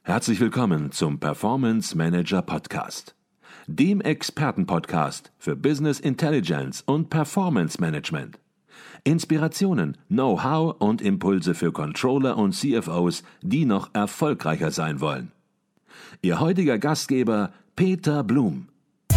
Herzlich willkommen zum Performance Manager Podcast, dem Expertenpodcast für Business Intelligence und Performance Management. Inspirationen, Know-how und Impulse für Controller und CFOs, die noch erfolgreicher sein wollen. Ihr heutiger Gastgeber Peter Blum.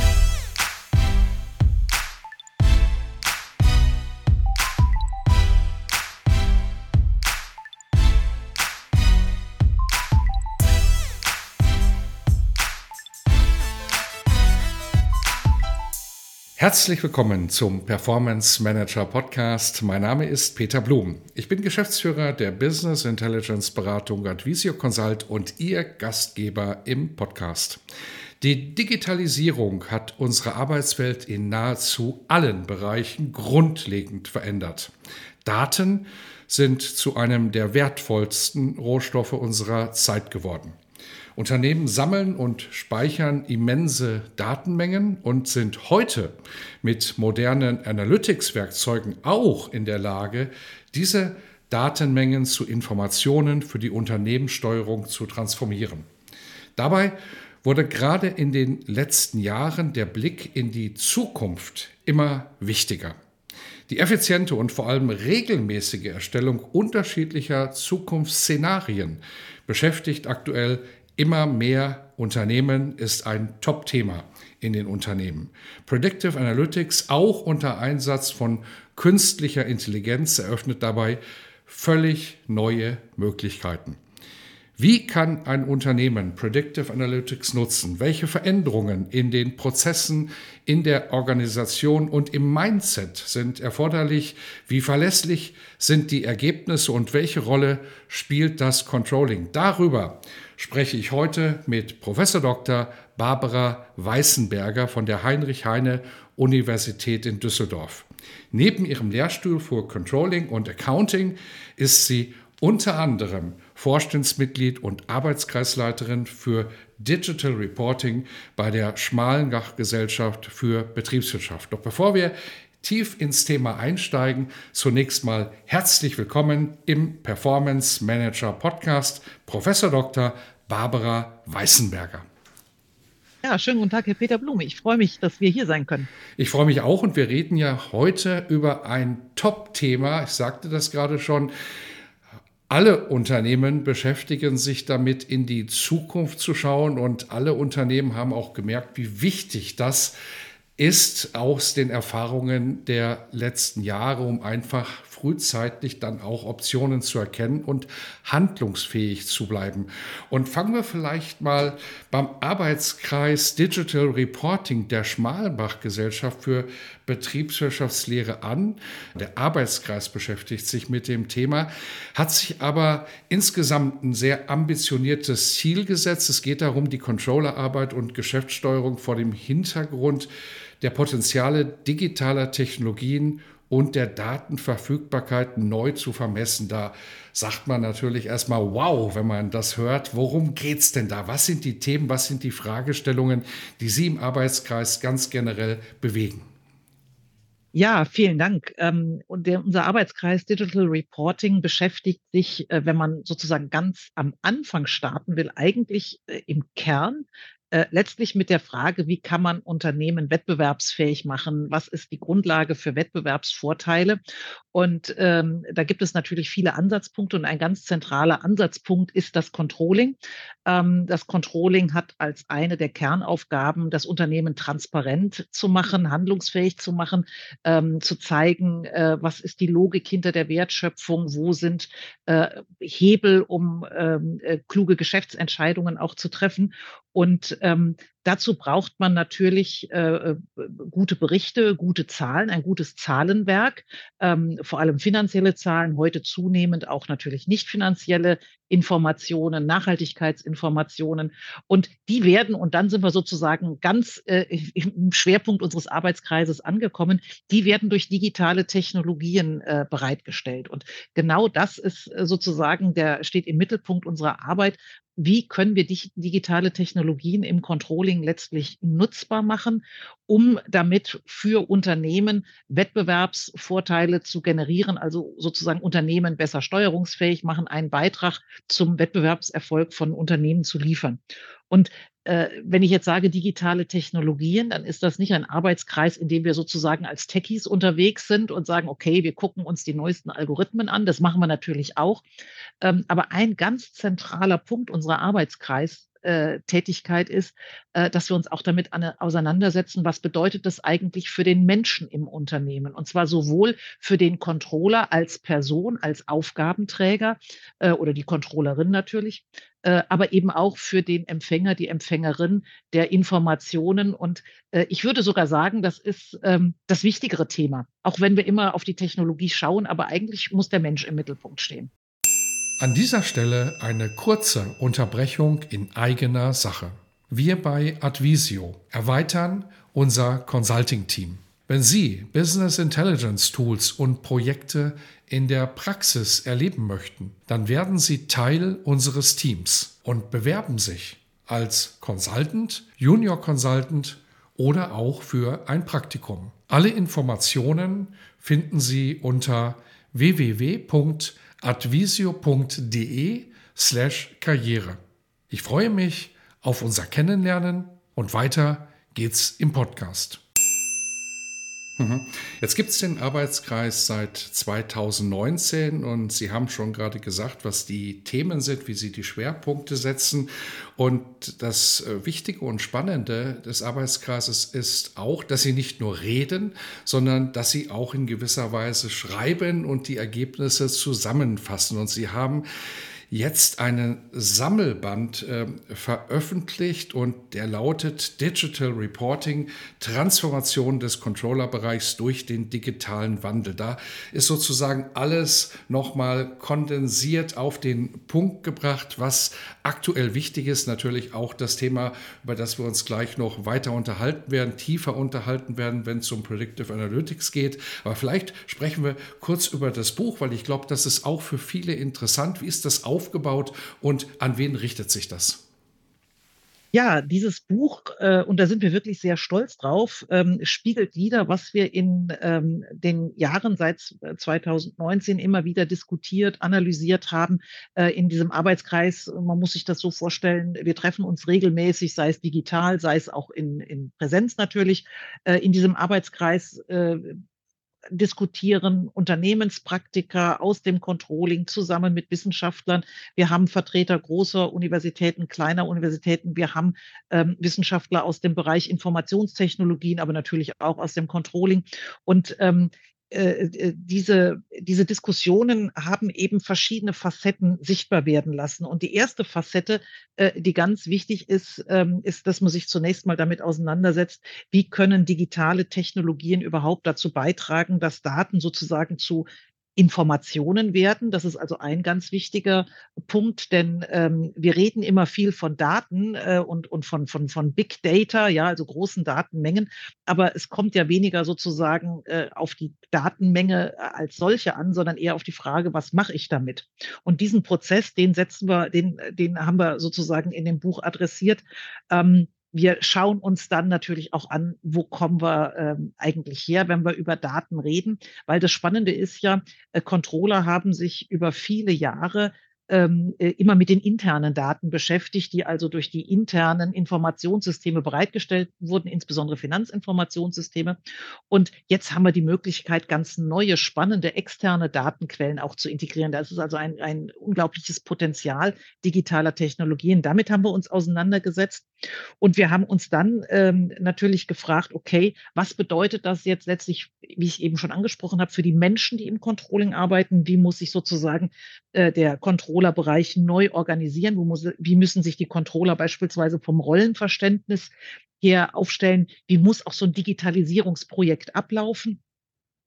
Herzlich willkommen zum Performance Manager Podcast. Mein Name ist Peter Blum. Ich bin Geschäftsführer der Business Intelligence Beratung Advisio Consult und Ihr Gastgeber im Podcast. Die Digitalisierung hat unsere Arbeitswelt in nahezu allen Bereichen grundlegend verändert. Daten sind zu einem der wertvollsten Rohstoffe unserer Zeit geworden. Unternehmen sammeln und speichern immense Datenmengen und sind heute mit modernen Analytics-Werkzeugen auch in der Lage, diese Datenmengen zu Informationen für die Unternehmenssteuerung zu transformieren. Dabei wurde gerade in den letzten Jahren der Blick in die Zukunft immer wichtiger. Die effiziente und vor allem regelmäßige Erstellung unterschiedlicher Zukunftsszenarien beschäftigt aktuell immer mehr Unternehmen, ist ein Top-Thema in den Unternehmen. Predictive Analytics, auch unter Einsatz von künstlicher Intelligenz, eröffnet dabei völlig neue Möglichkeiten. Wie kann ein Unternehmen Predictive Analytics nutzen? Welche Veränderungen in den Prozessen, in der Organisation und im Mindset sind erforderlich? Wie verlässlich sind die Ergebnisse und welche Rolle spielt das Controlling? Darüber spreche ich heute mit Prof. Dr. Barbara Weißenberger von der Heinrich-Heine-Universität in Düsseldorf. Neben ihrem Lehrstuhl für Controlling und Accounting ist sie unter anderem Vorstandsmitglied und Arbeitskreisleiterin für Digital Reporting bei der Schmallenbach-Gesellschaft für Betriebswirtschaft. Doch bevor wir tief ins Thema einsteigen, zunächst mal herzlich willkommen im Performance Manager Podcast, Prof. Dr. Barbara Weißenberger. Ja, schönen guten Tag, Herr Peter Blum. Ich freue mich, dass wir hier sein können. Ich freue mich auch und wir reden ja heute über ein Top-Thema. Ich sagte das gerade schon. Alle Unternehmen beschäftigen sich damit, in die Zukunft zu schauen und alle Unternehmen haben auch gemerkt, wie wichtig das ist aus den Erfahrungen der letzten Jahre, um einfach frühzeitig dann auch Optionen zu erkennen und handlungsfähig zu bleiben. Und fangen wir vielleicht mal beim Arbeitskreis Digital Reporting der Schmallenbach-Gesellschaft für Betriebswirtschaftslehre an. Der Arbeitskreis beschäftigt sich mit dem Thema, hat sich aber insgesamt ein sehr ambitioniertes Ziel gesetzt. Es geht darum, die Controllerarbeit und Geschäftssteuerung vor dem Hintergrund der Potenziale digitaler Technologien und der Datenverfügbarkeit neu zu vermessen. Da sagt man natürlich erstmal, wow, wenn man das hört, worum geht's denn da? Was sind die Themen, was sind die Fragestellungen, die Sie im Arbeitskreis ganz generell bewegen? Ja, vielen Dank. Unser Arbeitskreis Digital Reporting beschäftigt sich, wenn man sozusagen ganz am Anfang starten will, eigentlich im Kern letztlich mit der Frage, wie kann man Unternehmen wettbewerbsfähig machen? Was ist die Grundlage für Wettbewerbsvorteile? Und da gibt es natürlich viele Ansatzpunkte und ein ganz zentraler Ansatzpunkt ist das Controlling. Das Controlling hat als eine der Kernaufgaben, das Unternehmen transparent zu machen, handlungsfähig zu machen, zu zeigen, was ist die Logik hinter der Wertschöpfung, wo sind Hebel, um kluge Geschäftsentscheidungen auch zu treffen. Und dazu braucht man natürlich gute Berichte, gute Zahlen, ein gutes Zahlenwerk, vor allem finanzielle Zahlen, heute zunehmend auch natürlich nicht finanzielle Informationen, Nachhaltigkeitsinformationen. Und die werden, und dann sind wir sozusagen ganz im Schwerpunkt unseres Arbeitskreises angekommen, die werden durch digitale Technologien bereitgestellt. Und genau das ist sozusagen steht im Mittelpunkt unserer Arbeit. wie können wir digitale Technologien im Controlling letztlich nutzbar machen, um damit für Unternehmen Wettbewerbsvorteile zu generieren, also sozusagen Unternehmen besser steuerungsfähig machen, einen Beitrag zum Wettbewerbserfolg von Unternehmen zu liefern. Und wenn ich jetzt sage digitale Technologien, dann ist das nicht ein Arbeitskreis, in dem wir sozusagen als Techies unterwegs sind und sagen, okay, wir gucken uns die neuesten Algorithmen an. Das machen wir natürlich auch. Aber ein ganz zentraler Punkt unserer Tätigkeit ist, dass wir uns auch damit auseinandersetzen, was bedeutet das eigentlich für den Menschen im Unternehmen? Und zwar sowohl für den Controller als Person, als Aufgabenträger oder die Controllerin natürlich, aber eben auch für den Empfänger, die Empfängerin der Informationen. Und ich würde sogar sagen, das ist das wichtigere Thema, auch wenn wir immer auf die Technologie schauen, aber eigentlich muss der Mensch im Mittelpunkt stehen. An dieser Stelle eine kurze Unterbrechung in eigener Sache. Wir bei Advisio erweitern unser Consulting-Team. Wenn Sie Business Intelligence Tools und Projekte in der Praxis erleben möchten, dann werden Sie Teil unseres Teams und bewerben sich als Consultant, Junior Consultant oder auch für ein Praktikum. Alle Informationen finden Sie unter www.advisio.de/Karriere. Ich freue mich auf unser Kennenlernen und weiter geht's im Podcast. Jetzt gibt es den Arbeitskreis seit 2019 und Sie haben schon gerade gesagt, was die Themen sind, wie Sie die Schwerpunkte setzen. Und das Wichtige und Spannende des Arbeitskreises ist auch, dass Sie nicht nur reden, sondern dass Sie auch in gewisser Weise schreiben und die Ergebnisse zusammenfassen. Und Sie haben jetzt einen Sammelband veröffentlicht und der lautet Digital Reporting, Transformation des Controllerbereichs durch den digitalen Wandel. Da ist sozusagen alles nochmal kondensiert auf den Punkt gebracht, was aktuell wichtig ist. Natürlich auch das Thema, über das wir uns gleich noch weiter unterhalten werden, tiefer unterhalten werden, wenn es um Predictive Analytics geht. Aber vielleicht sprechen wir kurz über das Buch, weil ich glaube, das ist auch für viele interessant. Wie ist das aufgebaut und an wen richtet sich das? Ja, dieses Buch, und da sind wir wirklich sehr stolz drauf, spiegelt wider, was wir in den Jahren seit 2019 immer wieder diskutiert, analysiert haben in diesem Arbeitskreis. Man muss sich das so vorstellen, wir treffen uns regelmäßig, sei es digital, sei es auch in Präsenz natürlich, in diesem Arbeitskreis diskutieren Unternehmenspraktiker aus dem Controlling zusammen mit Wissenschaftlern. Wir haben Vertreter großer Universitäten, kleiner Universitäten. Wir haben Wissenschaftler aus dem Bereich Informationstechnologien, aber natürlich auch aus dem Controlling. Und diese Diskussionen haben eben verschiedene Facetten sichtbar werden lassen. Und die erste Facette, die ganz wichtig ist, ist, dass man sich zunächst mal damit auseinandersetzt, wie können digitale Technologien überhaupt dazu beitragen, dass Daten sozusagen zu Informationen werden. Das ist also ein ganz wichtiger Punkt, denn wir reden immer viel von Daten und von Big Data, ja, also großen Datenmengen, aber es kommt ja weniger sozusagen auf die Datenmenge als solche an, sondern eher auf die Frage, was mache ich damit? Und diesen Prozess, den haben wir sozusagen in dem Buch adressiert. Wir schauen uns dann natürlich auch an, wo kommen wir eigentlich her, wenn wir über Daten reden, weil das Spannende ist ja, Controller haben sich über viele Jahre immer mit den internen Daten beschäftigt, die also durch die internen Informationssysteme bereitgestellt wurden, insbesondere Finanzinformationssysteme. Und jetzt haben wir die Möglichkeit, ganz neue, spannende externe Datenquellen auch zu integrieren. Das ist also ein unglaubliches Potenzial digitaler Technologien. Damit haben wir uns auseinandergesetzt. Und wir haben uns dann natürlich gefragt, okay, was bedeutet das jetzt letztlich, wie ich eben schon angesprochen habe, für die Menschen, die im Controlling arbeiten? Wie muss sich sozusagen der Controllerbereich neu organisieren? Wie müssen sich die Controller beispielsweise vom Rollenverständnis her aufstellen? Wie muss auch so ein Digitalisierungsprojekt ablaufen?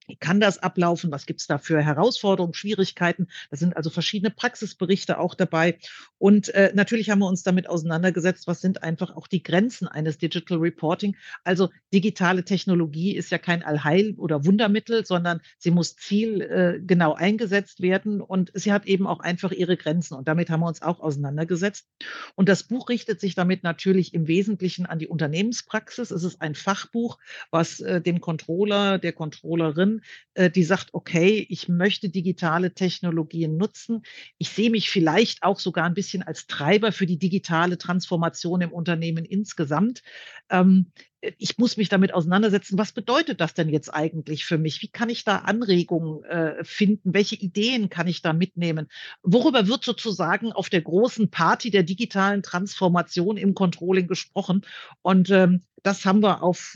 Wie kann das ablaufen? Was gibt's da für Herausforderungen, Schwierigkeiten? Da sind also verschiedene Praxisberichte auch dabei. Und natürlich haben wir uns damit auseinandergesetzt, was sind einfach auch die Grenzen eines Digital Reporting. Also digitale Technologie ist ja kein Allheil- oder Wundermittel, sondern sie muss zielgenau eingesetzt werden und sie hat eben auch einfach ihre Grenzen. Und damit haben wir uns auch auseinandergesetzt. Und das Buch richtet sich damit natürlich im Wesentlichen an die Unternehmenspraxis. Es ist ein Fachbuch, was dem Controller, der Controllerin, die sagt, okay, ich möchte digitale Technologien nutzen. Ich sehe mich vielleicht auch sogar ein bisschen als Treiber für die digitale Transformation im Unternehmen insgesamt. Ähm, Ich muss mich damit auseinandersetzen, was bedeutet das denn jetzt eigentlich für mich? Wie kann ich da Anregungen finden? Welche Ideen kann ich da mitnehmen? Worüber wird sozusagen auf der großen Party der digitalen Transformation im Controlling gesprochen? Und das haben wir auf,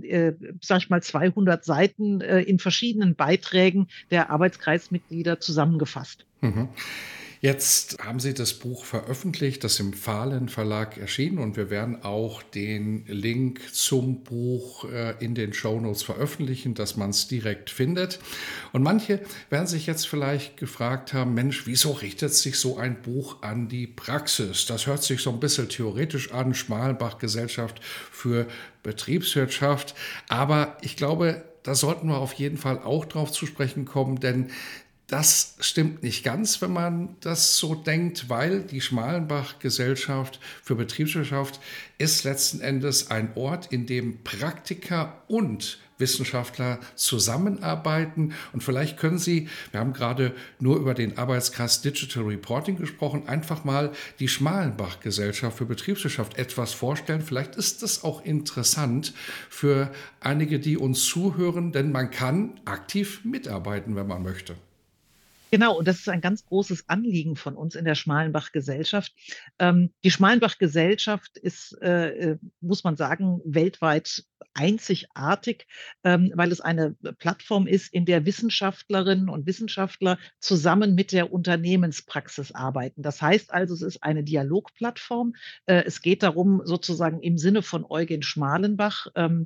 sag ich mal, 200 Seiten in verschiedenen Beiträgen der Arbeitskreismitglieder zusammengefasst. Mhm. Jetzt haben Sie das Buch veröffentlicht, das im Phalen Verlag erschienen, und wir werden auch den Link zum Buch in den Shownotes veröffentlichen, dass man es direkt findet. Und manche werden sich jetzt vielleicht gefragt haben, Mensch, wieso richtet sich so ein Buch an die Praxis? Das hört sich so ein bisschen theoretisch an, Schmalenbach-Gesellschaft für Betriebswirtschaft. Aber ich glaube, da sollten wir auf jeden Fall auch drauf zu sprechen kommen, denn das stimmt nicht ganz, wenn man das so denkt, weil die Schmalenbach-Gesellschaft für Betriebswirtschaft ist letzten Endes ein Ort, in dem Praktiker und Wissenschaftler zusammenarbeiten. Und vielleicht können Sie, wir haben gerade nur über den Arbeitskreis Digital Reporting gesprochen, einfach mal die Schmalenbach-Gesellschaft für Betriebswirtschaft etwas vorstellen. Vielleicht ist das auch interessant für einige, die uns zuhören, denn man kann aktiv mitarbeiten, wenn man möchte. Genau, und das ist ein ganz großes Anliegen von uns in der Schmalenbach-Gesellschaft. Die Schmalenbach-Gesellschaft ist, muss man sagen, weltweit einzigartig, weil es eine Plattform ist, in der Wissenschaftlerinnen und Wissenschaftler zusammen mit der Unternehmenspraxis arbeiten. Das heißt also, es ist eine Dialogplattform. Es geht darum, sozusagen im Sinne von Eugen Schmalenbach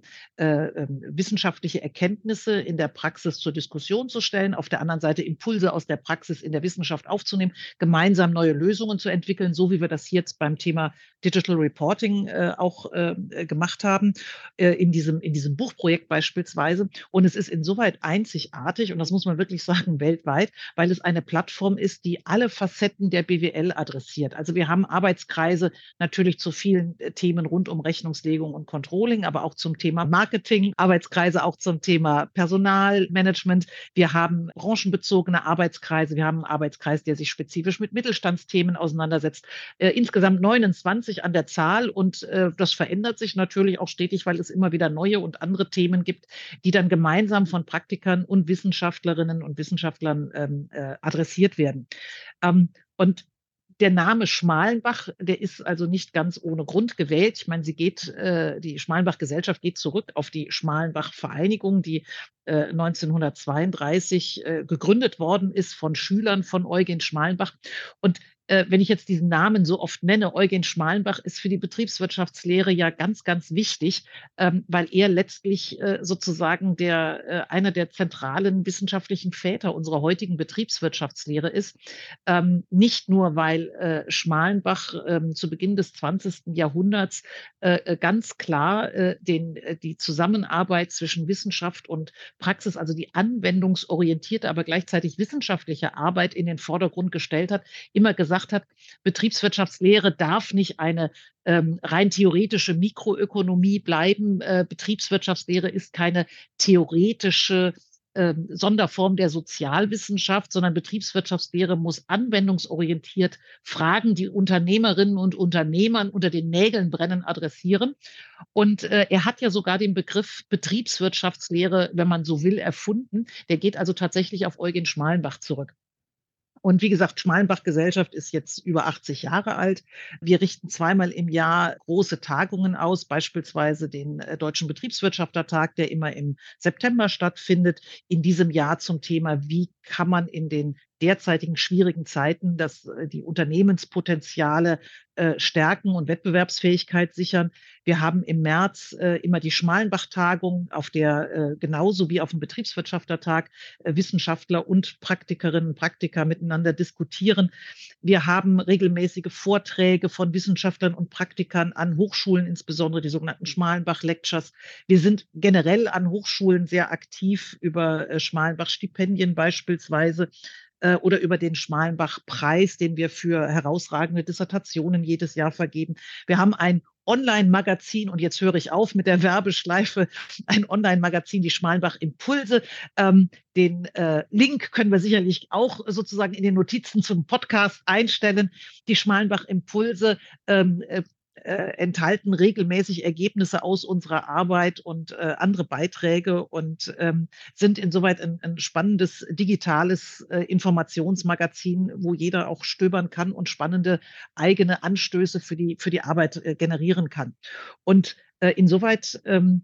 wissenschaftliche Erkenntnisse in der Praxis zur Diskussion zu stellen, auf der anderen Seite Impulse aus der Praxis in der Wissenschaft aufzunehmen, gemeinsam neue Lösungen zu entwickeln, so wie wir das jetzt beim Thema Digital Reporting auch gemacht haben, in diesem Buchprojekt beispielsweise. Und es ist insoweit einzigartig, und das muss man wirklich sagen, weltweit, weil es eine Plattform ist, die alle Facetten der BWL adressiert. Also wir haben Arbeitskreise natürlich zu vielen Themen rund um Rechnungslegung und Controlling, aber auch zum Thema Marketing, Arbeitskreise auch zum Thema Personalmanagement. Wir haben branchenbezogene Arbeitskreise. Wir haben einen Arbeitskreis, der sich spezifisch mit Mittelstandsthemen auseinandersetzt. Insgesamt 29 an der Zahl, und das verändert sich natürlich auch stetig, weil es immer wieder neue und andere Themen gibt, die dann gemeinsam von Praktikern und Wissenschaftlerinnen und Wissenschaftlern adressiert werden. Und der Name Schmalenbach, der ist also nicht ganz ohne Grund gewählt. Ich meine, die Schmalenbach-Gesellschaft geht zurück auf die Schmalenbach-Vereinigung, die 1932 gegründet worden ist von Schülern von Eugen Schmalenbach. Und wenn ich jetzt diesen Namen so oft nenne, Eugen Schmalenbach ist für die Betriebswirtschaftslehre ja ganz, ganz wichtig, weil er letztlich sozusagen einer der zentralen wissenschaftlichen Väter unserer heutigen Betriebswirtschaftslehre ist. Nicht nur, weil Schmalenbach zu Beginn des 20. Jahrhunderts ganz klar die Zusammenarbeit zwischen Wissenschaft und Praxis, also die anwendungsorientierte, aber gleichzeitig wissenschaftliche Arbeit in den Vordergrund gestellt hat, immer gesagt hat, Betriebswirtschaftslehre darf nicht eine rein theoretische Mikroökonomie bleiben. Betriebswirtschaftslehre ist keine theoretische Sonderform der Sozialwissenschaft, sondern Betriebswirtschaftslehre muss anwendungsorientiert Fragen, die Unternehmerinnen und Unternehmern unter den Nägeln brennen, adressieren. Und er hat ja sogar den Begriff Betriebswirtschaftslehre, wenn man so will, erfunden. Der geht also tatsächlich auf Eugen Schmalenbach zurück. Und wie gesagt, Schmalenbach-Gesellschaft ist jetzt über 80 Jahre alt. Wir richten zweimal im Jahr große Tagungen aus, beispielsweise den Deutschen Betriebswirtschaftertag, der immer im September stattfindet. In diesem Jahr zum Thema, wie kann man in den derzeitigen schwierigen Zeiten, dass die Unternehmenspotenziale stärken und Wettbewerbsfähigkeit sichern. Wir haben im März immer die Schmalenbach-Tagung, auf der genauso wie auf dem Betriebswirtschaftertag Wissenschaftler und Praktikerinnen und Praktiker miteinander diskutieren. Wir haben regelmäßige Vorträge von Wissenschaftlern und Praktikern an Hochschulen, insbesondere die sogenannten Schmalenbach-Lectures. Wir sind generell an Hochschulen sehr aktiv über Schmalenbach-Stipendien beispielsweise oder über den Schmalenbach-Preis, den wir für herausragende Dissertationen jedes Jahr vergeben. Wir haben ein Online-Magazin, und jetzt höre ich auf mit der Werbeschleife, ein Online-Magazin, die Schmalenbach Impulse. Den Link können wir sicherlich auch sozusagen in den Notizen zum Podcast einstellen. Die Schmalenbach Impulse enthalten regelmäßig Ergebnisse aus unserer Arbeit und andere Beiträge und sind insoweit ein spannendes digitales Informationsmagazin, wo jeder auch stöbern kann und spannende eigene Anstöße für die Arbeit generieren kann. Und insoweit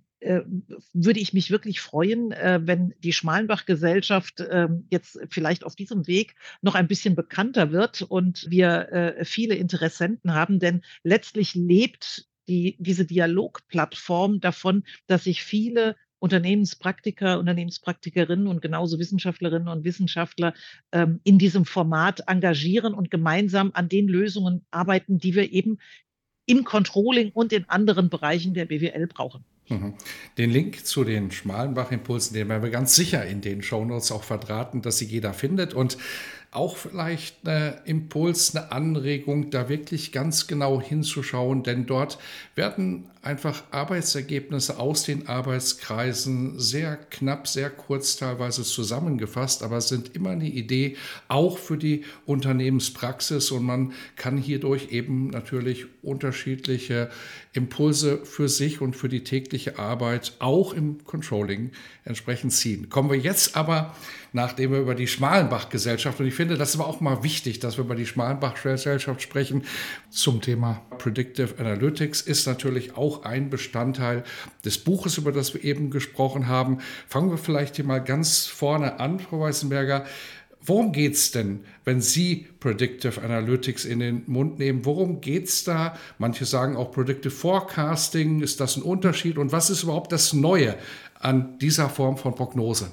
würde ich mich wirklich freuen, wenn die Schmalenbach-Gesellschaft jetzt vielleicht auf diesem Weg noch ein bisschen bekannter wird und wir viele Interessenten haben, denn letztlich lebt diese Dialogplattform davon, dass sich viele Unternehmenspraktiker, Unternehmenspraktikerinnen und genauso Wissenschaftlerinnen und Wissenschaftler in diesem Format engagieren und gemeinsam an den Lösungen arbeiten, die wir eben im Controlling und in anderen Bereichen der BWL brauchen. Den Link zu den Schmalenbach-Impulsen, den werden wir ganz sicher in den Shownotes auch verdrahten, dass sie jeder findet und auch vielleicht ein Impuls, eine Anregung, da wirklich ganz genau hinzuschauen, denn dort werden einfach Arbeitsergebnisse aus den Arbeitskreisen sehr knapp, sehr kurz teilweise zusammengefasst, aber es sind immer eine Idee auch für die Unternehmenspraxis und man kann hierdurch eben natürlich unterschiedliche Impulse für sich und für die tägliche Arbeit auch im Controlling entsprechend ziehen. Kommen wir jetzt aber, nachdem wir über die Schmalenbach-Gesellschaft, und ich finde, das ist aber auch mal wichtig, dass wir über die Schmalenbach-Gesellschaft sprechen, zum Thema Predictive Analytics ist natürlich auch ein Bestandteil des Buches, über das wir eben gesprochen haben. Fangen wir vielleicht hier mal ganz vorne an, Frau Weißenberger. Worum geht es denn, wenn Sie Predictive Analytics in den Mund nehmen? Worum geht es da? Manche sagen auch Predictive Forecasting. Ist das ein Unterschied? Und was ist überhaupt das Neue an dieser Form von Prognose?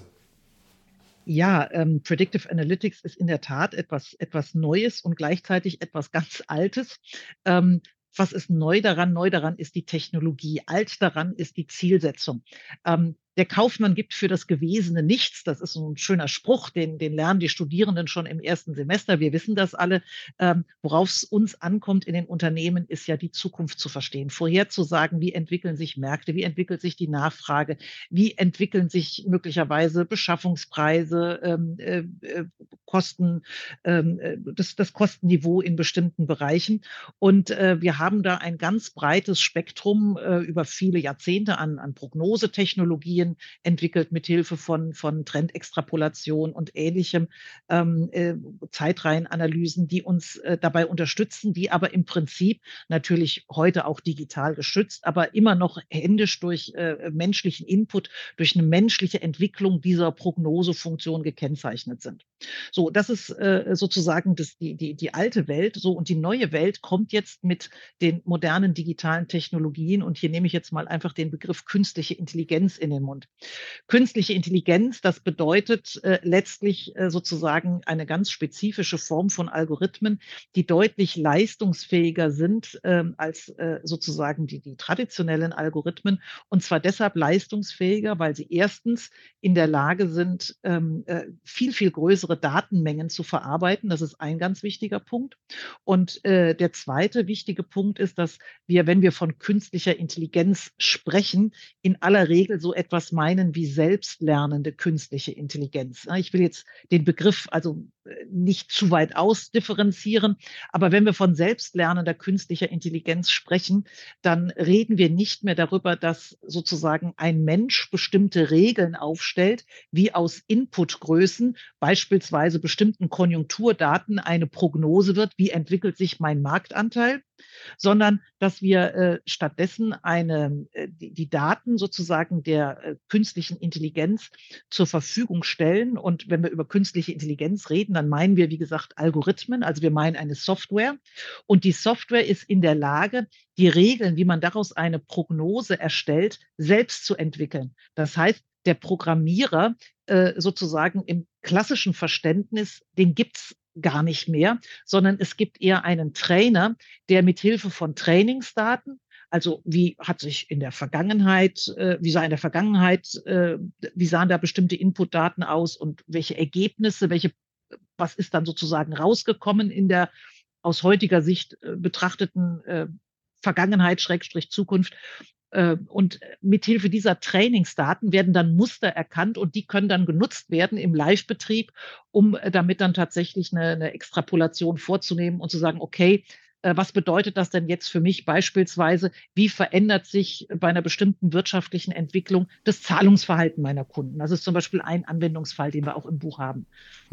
Ja, Predictive Analytics ist in der Tat etwas Neues und gleichzeitig etwas ganz Altes. Was ist neu daran? Neu daran ist die Technologie. Alt daran ist die Zielsetzung. Der Kaufmann gibt für das Gewesene nichts. Das ist so ein schöner Spruch, den lernen die Studierenden schon im ersten Semester. Wir wissen das alle. Worauf es uns ankommt in den Unternehmen, ist ja die Zukunft zu verstehen. Vorherzusagen, wie entwickeln sich Märkte, wie entwickelt sich die Nachfrage, wie entwickeln sich möglicherweise Beschaffungspreise, Kosten, das Kostenniveau in bestimmten Bereichen. Und wir haben da ein ganz breites Spektrum über viele Jahrzehnte an Prognosetechnologien entwickelt mit Hilfe von Trendextrapolation und ähnlichem, Zeitreihenanalysen, die uns dabei unterstützen, die aber im Prinzip natürlich heute auch digital gestützt, aber immer noch händisch durch menschlichen Input, durch eine menschliche Entwicklung dieser Prognosefunktion gekennzeichnet sind. So, das ist sozusagen die alte Welt. So, und die neue Welt kommt jetzt mit den modernen digitalen Technologien. Und hier nehme ich jetzt mal einfach den Begriff künstliche Intelligenz in den Mund. Künstliche Intelligenz, das bedeutet letztlich sozusagen eine ganz spezifische Form von Algorithmen, die deutlich leistungsfähiger sind als sozusagen die traditionellen Algorithmen. Und zwar deshalb leistungsfähiger, weil sie erstens in der Lage sind, viel größere Datenmengen zu verarbeiten. Das ist ein ganz wichtiger Punkt. Und der zweite wichtige Punkt ist, dass wir, wenn wir von künstlicher Intelligenz sprechen, in aller Regel so etwas meinen wie selbstlernende künstliche Intelligenz. Ich will jetzt den Begriff also nicht zu weit ausdifferenzieren, aber wenn wir von selbstlernender künstlicher Intelligenz sprechen, dann reden wir nicht mehr darüber, dass sozusagen ein Mensch bestimmte Regeln aufstellt, wie aus Inputgrößen beispielsweise beispielsweise bestimmten Konjunkturdaten eine Prognose wird, wie entwickelt sich mein Marktanteil, sondern dass wir stattdessen die Daten sozusagen der künstlichen Intelligenz zur Verfügung stellen. Und wenn wir über künstliche Intelligenz reden, dann meinen wir, wie gesagt, Algorithmen, also wir meinen eine Software. Und die Software ist in der Lage, die Regeln, wie man daraus eine Prognose erstellt, selbst zu entwickeln. Das heißt, der Programmierer sozusagen im klassischen Verständnis, den gibt's gar nicht mehr, sondern es gibt eher einen Trainer, der mit Hilfe von Trainingsdaten, also wie sahen da bestimmte Inputdaten aus und welche Ergebnisse, was ist dann sozusagen rausgekommen in der aus heutiger Sicht betrachteten Vergangenheit, Schrägstrich Zukunft. Und mithilfe dieser Trainingsdaten werden dann Muster erkannt und die können dann genutzt werden im Live-Betrieb, um damit dann tatsächlich eine Extrapolation vorzunehmen und zu sagen, okay, was bedeutet das denn jetzt für mich beispielsweise? Wie verändert sich bei einer bestimmten wirtschaftlichen Entwicklung das Zahlungsverhalten meiner Kunden? Das ist zum Beispiel ein Anwendungsfall, den wir auch im Buch haben.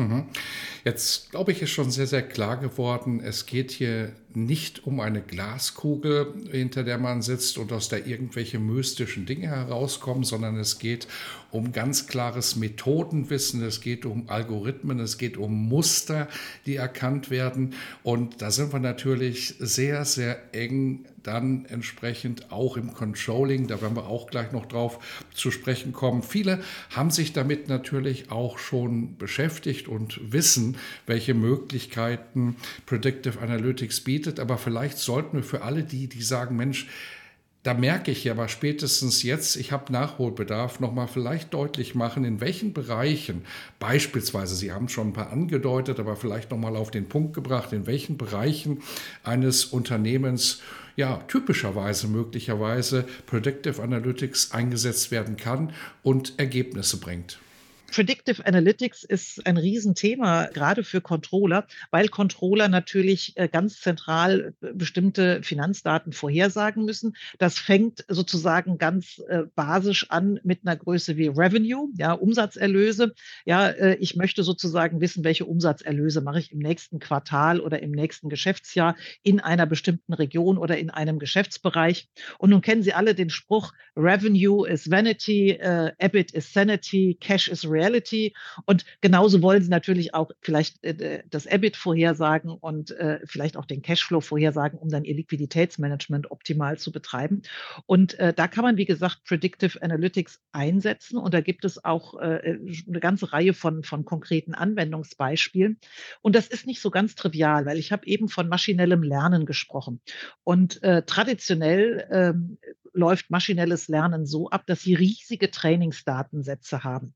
Jetzt, glaube ich, ist schon sehr, sehr klar geworden, es geht hier nicht um eine Glaskugel, hinter der man sitzt und aus der irgendwelche mystischen Dinge herauskommen, sondern es geht um ganz klares Methodenwissen, es geht um Algorithmen, es geht um Muster, die erkannt werden. Und da sind wir natürlich sehr, sehr eng dann entsprechend auch im Controlling, da werden wir auch gleich noch drauf zu sprechen kommen. Viele haben sich damit natürlich auch schon beschäftigt und wissen, welche Möglichkeiten Predictive Analytics bietet, aber vielleicht sollten wir für alle die sagen, Mensch, da merke ich ja aber spätestens jetzt, ich habe Nachholbedarf, nochmal vielleicht deutlich machen, in welchen Bereichen, beispielsweise, Sie haben schon ein paar angedeutet, aber vielleicht nochmal auf den Punkt gebracht, in welchen Bereichen eines Unternehmens typischerweise, möglicherweise Predictive Analytics eingesetzt werden kann und Ergebnisse bringt. Predictive Analytics ist ein Riesenthema, gerade für Controller, weil Controller natürlich ganz zentral bestimmte Finanzdaten vorhersagen müssen. Das fängt sozusagen ganz basisch an mit einer Größe wie Revenue, ja, Umsatzerlöse. Ja, ich möchte sozusagen wissen, welche Umsatzerlöse mache ich im nächsten Quartal oder im nächsten Geschäftsjahr in einer bestimmten Region oder in einem Geschäftsbereich. Und nun kennen Sie alle den Spruch, Revenue is Vanity, EBIT is Sanity, Cash is Reality. Und genauso wollen Sie natürlich auch vielleicht das EBIT vorhersagen und vielleicht auch den Cashflow vorhersagen, um dann Ihr Liquiditätsmanagement optimal zu betreiben. Und da kann man, wie gesagt, Predictive Analytics einsetzen. Und da gibt es auch eine ganze Reihe von konkreten Anwendungsbeispielen. Und das ist nicht so ganz trivial, weil ich habe eben von maschinellem Lernen gesprochen. Und traditionell läuft maschinelles Lernen so ab, dass Sie riesige Trainingsdatensätze haben.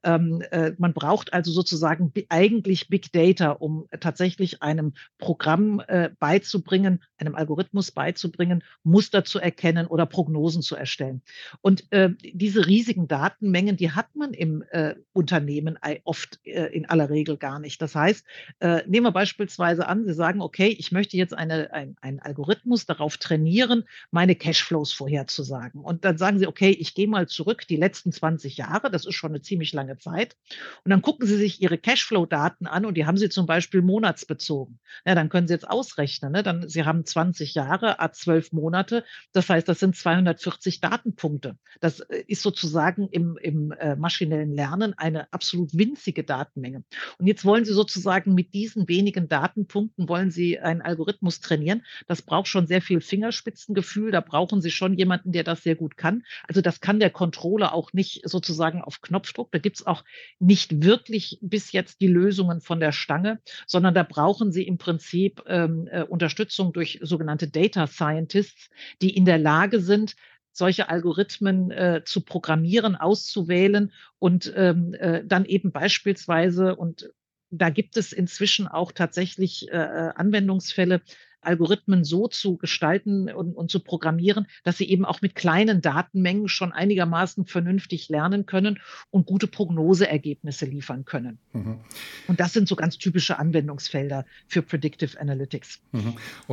Man braucht also sozusagen eigentlich Big Data, um tatsächlich einem Programm beizubringen, einem Algorithmus beizubringen, Muster zu erkennen oder Prognosen zu erstellen. Und diese riesigen Datenmengen, die hat man im Unternehmen oft in aller Regel gar nicht. Das heißt, nehmen wir beispielsweise an, Sie sagen, okay, ich möchte jetzt einen Algorithmus darauf trainieren, meine Cashflows vorherzusagen. Und dann sagen Sie, okay, ich gehe mal zurück die letzten 20 Jahre, das ist schon eine ziemlich lange Zeit. Und dann gucken Sie sich Ihre Cashflow-Daten an und die haben Sie zum Beispiel monatsbezogen. Ja, dann können Sie jetzt ausrechnen, ne? Sie haben 20 Jahre, 12 Monate. Das heißt, das sind 240 Datenpunkte. Das ist sozusagen im maschinellen Lernen eine absolut winzige Datenmenge. Und jetzt wollen Sie sozusagen mit diesen wenigen Datenpunkten wollen Sie einen Algorithmus trainieren. Das braucht schon sehr viel Fingerspitzengefühl. Da brauchen Sie schon jemanden, der das sehr gut kann. Also das kann der Controller auch nicht sozusagen auf Knopfdruck. Da gibt es auch nicht wirklich bis jetzt die Lösungen von der Stange, sondern da brauchen Sie im Prinzip Unterstützung durch sogenannte Data Scientists, die in der Lage sind, solche Algorithmen zu programmieren, auszuwählen und dann eben beispielsweise, und da gibt es inzwischen auch tatsächlich Anwendungsfälle, Algorithmen so zu gestalten und zu programmieren, dass sie eben auch mit kleinen Datenmengen schon einigermaßen vernünftig lernen können und gute Prognoseergebnisse liefern können. Mhm. Und das sind so ganz typische Anwendungsfelder für Predictive Analytics. Mhm. Und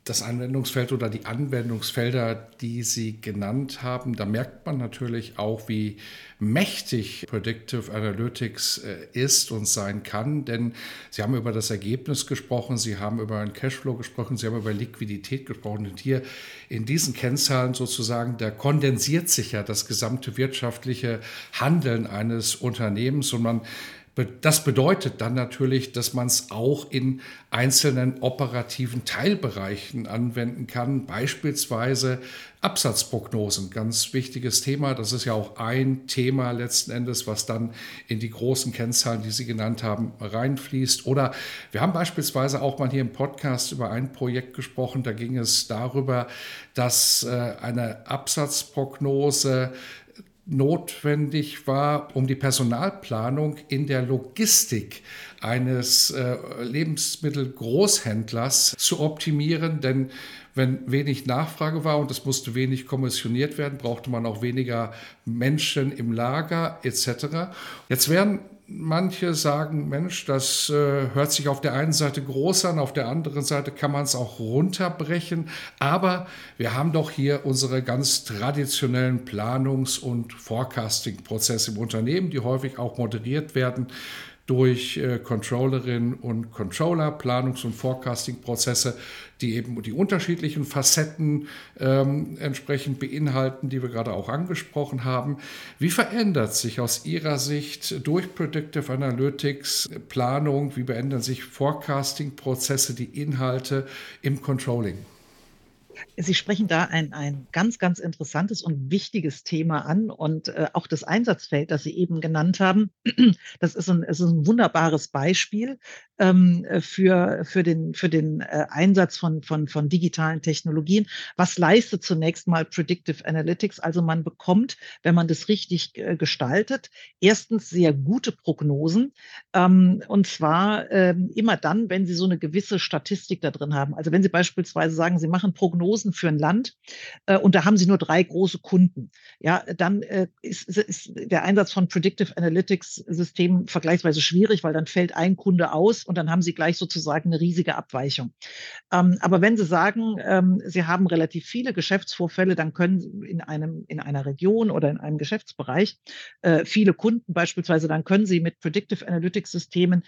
Das Anwendungsfeld oder die Anwendungsfelder, die Sie genannt haben, da merkt man natürlich auch, wie mächtig Predictive Analytics ist und sein kann, denn Sie haben über das Ergebnis gesprochen, Sie haben über einen Cashflow gesprochen, Sie haben über Liquidität gesprochen und hier in diesen Kennzahlen sozusagen, da kondensiert sich ja das gesamte wirtschaftliche Handeln eines Unternehmens und das bedeutet dann natürlich, dass man es auch in einzelnen operativen Teilbereichen anwenden kann, beispielsweise Absatzprognosen, ganz wichtiges Thema. Das ist ja auch ein Thema letzten Endes, was dann in die großen Kennzahlen, die Sie genannt haben, reinfließt. Oder wir haben beispielsweise auch mal hier im Podcast über ein Projekt gesprochen, da ging es darüber, dass eine Absatzprognose notwendig war, um die Personalplanung in der Logistik eines Lebensmittelgroßhändlers zu optimieren. Denn wenn wenig Nachfrage war und es musste wenig kommissioniert werden, brauchte man auch weniger Menschen im Lager etc. Jetzt werden manche sagen, Mensch, das hört sich auf der einen Seite groß an, auf der anderen Seite kann man es auch runterbrechen. Aber wir haben doch hier unsere ganz traditionellen Planungs- und Forecasting-Prozesse im Unternehmen, die häufig auch moderiert werden durch Controllerinnen und Controller, Planungs- und Forecasting-Prozesse, die eben die unterschiedlichen Facetten entsprechend beinhalten, die wir gerade auch angesprochen haben. Wie verändert sich aus Ihrer Sicht durch Predictive Analytics Planung, wie verändern sich Forecasting-Prozesse, die Inhalte im Controlling? Sie sprechen da ein ganz, ganz interessantes und wichtiges Thema an und auch das Einsatzfeld, das Sie eben genannt haben, das ist ein wunderbares Beispiel für den Einsatz von digitalen Technologien. Was leistet zunächst mal Predictive Analytics? Also man bekommt, wenn man das richtig gestaltet, erstens sehr gute Prognosen, und zwar immer dann, wenn Sie so eine gewisse Statistik da drin haben. Also wenn Sie beispielsweise sagen, Sie machen Prognosen für ein Land und da haben Sie nur 3 große Kunden, ja, dann ist der Einsatz von Predictive Analytics Systemen vergleichsweise schwierig, weil dann fällt ein Kunde aus und dann haben Sie gleich sozusagen eine riesige Abweichung. Aber wenn Sie sagen, Sie haben relativ viele Geschäftsvorfälle, dann können Sie in einer Region oder in einem Geschäftsbereich viele Kunden beispielsweise, dann können Sie mit Predictive Analytics Systemen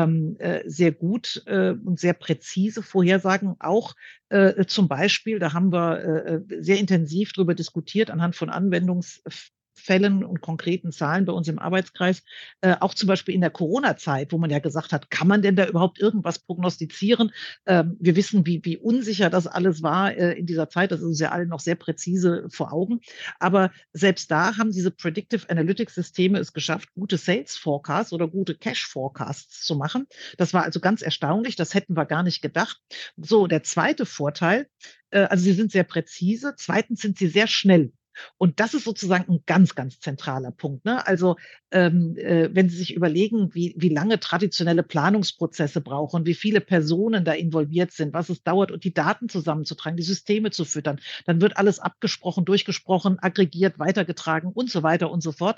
sehr gut und sehr präzise vorhersagen. Auch zum Beispiel, da haben wir sehr intensiv darüber diskutiert anhand von Anwendungsfällen und konkreten Zahlen bei uns im Arbeitskreis, auch zum Beispiel in der Corona-Zeit, wo man ja gesagt hat, kann man denn da überhaupt irgendwas prognostizieren? Wir wissen, wie unsicher das alles war in dieser Zeit. Das ist uns ja alle noch sehr präzise vor Augen. Aber selbst da haben diese Predictive Analytics Systeme es geschafft, gute Sales Forecasts oder gute Cash Forecasts zu machen. Das war also ganz erstaunlich. Das hätten wir gar nicht gedacht. So, der zweite Vorteil, also sie sind sehr präzise. Zweitens sind sie sehr schnell. Und das ist sozusagen ein ganz, ganz zentraler Punkt. Ne? Also wenn Sie sich überlegen, wie lange traditionelle Planungsprozesse brauchen, wie viele Personen da involviert sind, was es dauert und die Daten zusammenzutragen, die Systeme zu füttern, dann wird alles abgesprochen, durchgesprochen, aggregiert, weitergetragen und so weiter und so fort.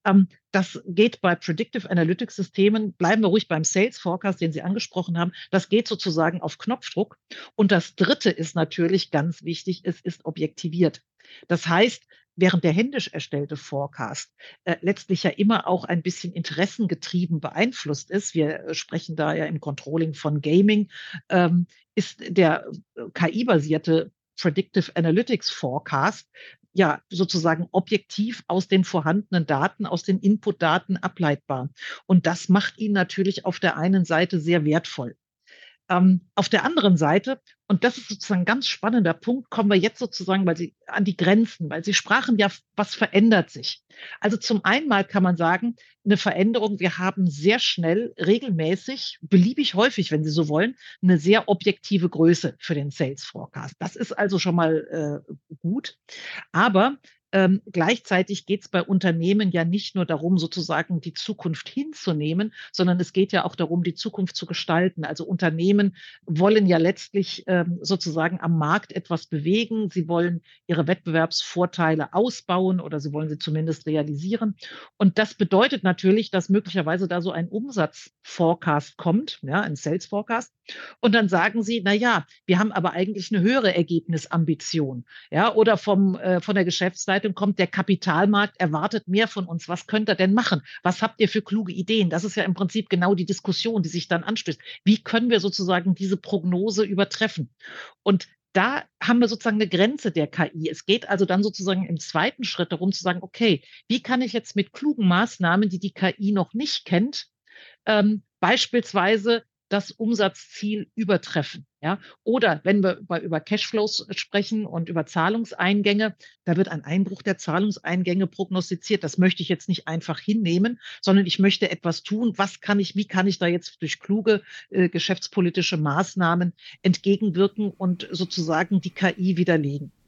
Das geht bei Predictive Analytics Systemen, bleiben wir ruhig beim Sales Forecast, den Sie angesprochen haben, das geht sozusagen auf Knopfdruck. Und das Dritte ist natürlich ganz wichtig, es ist objektiviert. Das heißt, während der händisch erstellte Forecast letztlich ja immer auch ein bisschen interessengetrieben beeinflusst ist, wir sprechen da ja im Controlling von Gaming, ist der KI-basierte Predictive Analytics Forecast ja sozusagen objektiv aus den vorhandenen Daten, aus den Inputdaten ableitbar. Und das macht ihn natürlich auf der einen Seite sehr wertvoll. Auf der anderen Seite, und das ist sozusagen ein ganz spannender Punkt, kommen wir jetzt sozusagen an die Grenzen, weil Sie sprachen ja, was verändert sich? Also zum einen mal kann man sagen, eine Veränderung, wir haben sehr schnell, regelmäßig, beliebig häufig, wenn Sie so wollen, eine sehr objektive Größe für den Sales Forecast. Das ist also schon mal gut. Aber gleichzeitig geht es bei Unternehmen ja nicht nur darum, sozusagen die Zukunft hinzunehmen, sondern es geht ja auch darum, die Zukunft zu gestalten. Also Unternehmen wollen ja letztlich sozusagen am Markt etwas bewegen. Sie wollen ihre Wettbewerbsvorteile ausbauen oder sie wollen sie zumindest realisieren. Und das bedeutet natürlich, dass möglicherweise da so ein Umsatzforecast kommt, ja, ein Sales Forecast. Und dann sagen sie, na ja, wir haben aber eigentlich eine höhere Ergebnisambition. Ja, oder von der Geschäftsleitung kommt, der Kapitalmarkt erwartet mehr von uns. Was könnt ihr denn machen? Was habt ihr für kluge Ideen? Das ist ja im Prinzip genau die Diskussion, die sich dann anstößt. Wie können wir sozusagen diese Prognose übertreffen? Und da haben wir sozusagen eine Grenze der KI. Es geht also dann sozusagen im zweiten Schritt darum zu sagen, okay, wie kann ich jetzt mit klugen Maßnahmen, die die KI noch nicht kennt, beispielsweise das Umsatzziel übertreffen. Ja? Oder wenn wir über Cashflows sprechen und über Zahlungseingänge, da wird ein Einbruch der Zahlungseingänge prognostiziert. Das möchte ich jetzt nicht einfach hinnehmen, sondern ich möchte etwas tun. Wie kann ich da jetzt durch kluge geschäftspolitische Maßnahmen entgegenwirken und sozusagen die KI widerlegen?